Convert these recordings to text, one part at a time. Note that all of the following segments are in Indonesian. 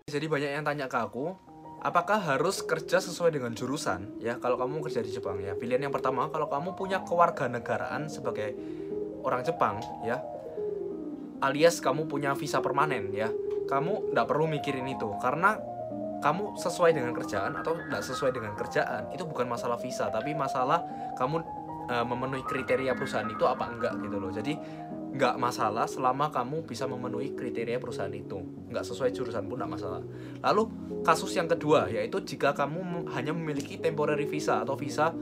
Jadi banyak yang tanya ke aku, apakah harus kerja sesuai dengan jurusan ya kalau kamu kerja di Jepang ya. Pilihan yang pertama, kalau kamu punya kewarganegaraan sebagai orang Jepang ya, alias kamu punya visa permanen ya, kamu nggak perlu mikirin itu, karena kamu sesuai dengan kerjaan atau nggak sesuai dengan kerjaan itu bukan masalah visa, tapi masalah kamu memenuhi kriteria perusahaan itu apa enggak gitu loh. Jadi nggak masalah selama kamu bisa memenuhi kriteria perusahaan itu, nggak sesuai jurusan pun nggak masalah. Lalu kasus yang kedua yaitu jika kamu hanya memiliki temporary visa atau visa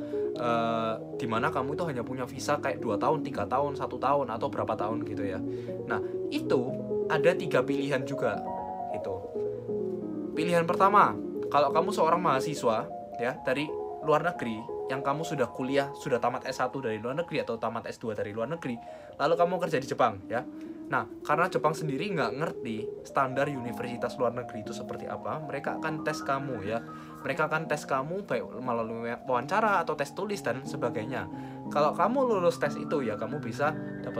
di mana kamu itu hanya punya visa kayak 2 tahun, 3 tahun, 1 tahun atau berapa tahun gitu ya. Nah itu ada 3 pilihan juga gitu. Pilihan pertama, kalau kamu seorang mahasiswa ya dari luar negeri yang kamu sudah kuliah, sudah tamat S1 dari luar negeri atau tamat S2 dari luar negeri, lalu kamu kerja di Jepang ya. Nah, karena Jepang sendiri nggak ngerti standar universitas luar negeri itu seperti apa, mereka akan tes kamu ya. Mereka akan tes kamu baik melalui wawancara atau tes tulis dan sebagainya. Kalau kamu lulus tes itu ya kamu bisa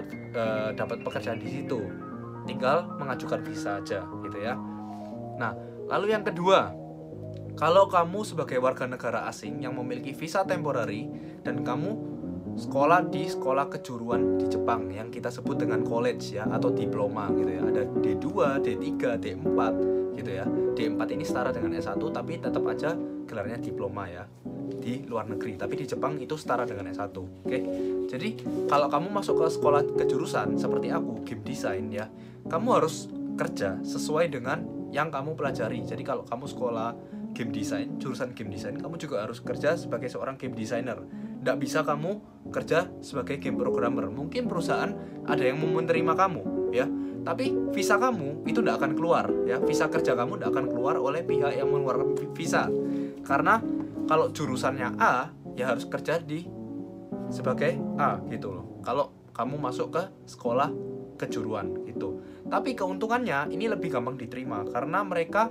dapat pekerjaan di situ. Tinggal mengajukan visa aja gitu ya. Nah, lalu yang kedua, kalau kamu sebagai warga negara asing yang memiliki visa temporary dan kamu sekolah di sekolah kejuruan di Jepang yang kita sebut dengan college ya atau diploma gitu ya. Ada D2, D3, D4 gitu ya. D4 ini setara dengan S1 tapi tetap aja gelarnya diploma ya di luar negeri. Tapi di Jepang itu setara dengan S1. Oke. Jadi kalau kamu masuk ke sekolah kejurusan seperti aku, game design ya, kamu harus kerja sesuai dengan yang kamu pelajari. Jadi kalau kamu sekolah game design, jurusan game design, kamu juga harus kerja sebagai seorang game designer. Nggak bisa kamu kerja sebagai game programmer. Mungkin perusahaan ada yang mau menerima kamu ya, tapi visa kamu itu nggak akan keluar ya. Visa kerja kamu nggak akan keluar oleh pihak yang mengeluarkan visa. Karena kalau jurusannya A, ya harus kerja di sebagai A gitu loh. Kalau kamu masuk ke sekolah kejuruan gitu. Tapi keuntungannya ini lebih gampang diterima karena mereka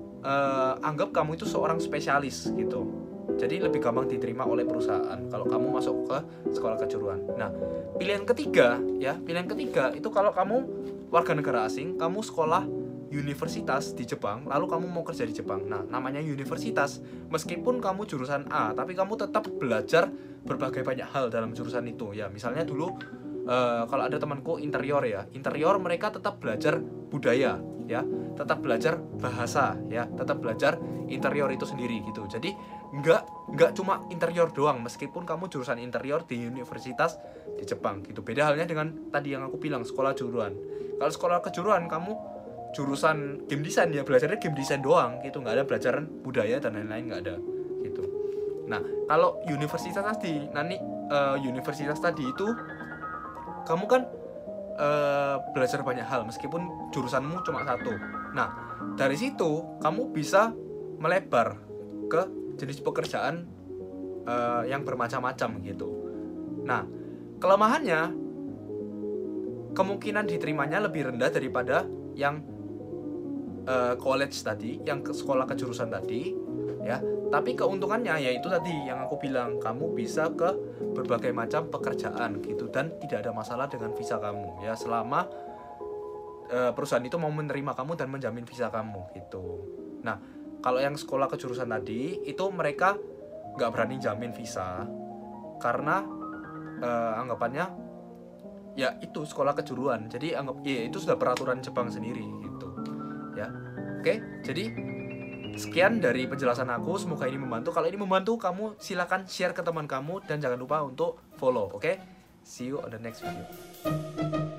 anggap kamu itu seorang spesialis gitu. Jadi lebih gampang diterima oleh perusahaan kalau kamu masuk ke sekolah kejuruan. Nah, pilihan ketiga itu kalau kamu warga negara asing, kamu sekolah universitas di Jepang, lalu kamu mau kerja di Jepang. Nah, namanya universitas, meskipun kamu jurusan A, tapi kamu tetap belajar berbagai banyak hal dalam jurusan itu. Ya, misalnya dulu kalau ada temanku interior ya, interior mereka tetap belajar budaya ya, tetap belajar bahasa ya, tetap belajar interior itu sendiri gitu. Jadi nggak cuma interior doang, meskipun kamu jurusan interior di universitas di Jepang gitu. Beda halnya dengan tadi yang aku bilang sekolah kejuruan. Kalau sekolah kejuruan kamu jurusan game design ya, belajarnya game design doang gitu, nggak ada pelajaran budaya dan lain-lain, nggak ada gitu. Nah kalau universitas tadi itu kamu kan belajar banyak hal meskipun jurusanmu cuma satu. Nah dari situ kamu bisa melebar ke jenis pekerjaan yang bermacam-macam gitu. Nah kelemahannya kemungkinan diterimanya lebih rendah daripada yang college tadi, yang ke sekolah kejurusan tadi ya. Tapi keuntungannya yaitu tadi yang aku bilang, kamu bisa ke berbagai macam pekerjaan gitu dan tidak ada masalah dengan visa kamu ya, selama perusahaan itu mau menerima kamu dan menjamin visa kamu gitu. Nah kalau yang sekolah kejurusan tadi itu mereka nggak berani jamin visa karena anggapannya ya itu sekolah kejuruan, jadi anggap ya itu sudah peraturan Jepang sendiri gitu ya. Oke, jadi sekian dari penjelasan aku, semoga ini membantu. Kalau ini membantu, kamu silakan share ke teman kamu dan jangan lupa untuk follow. Oke, see you on the next video.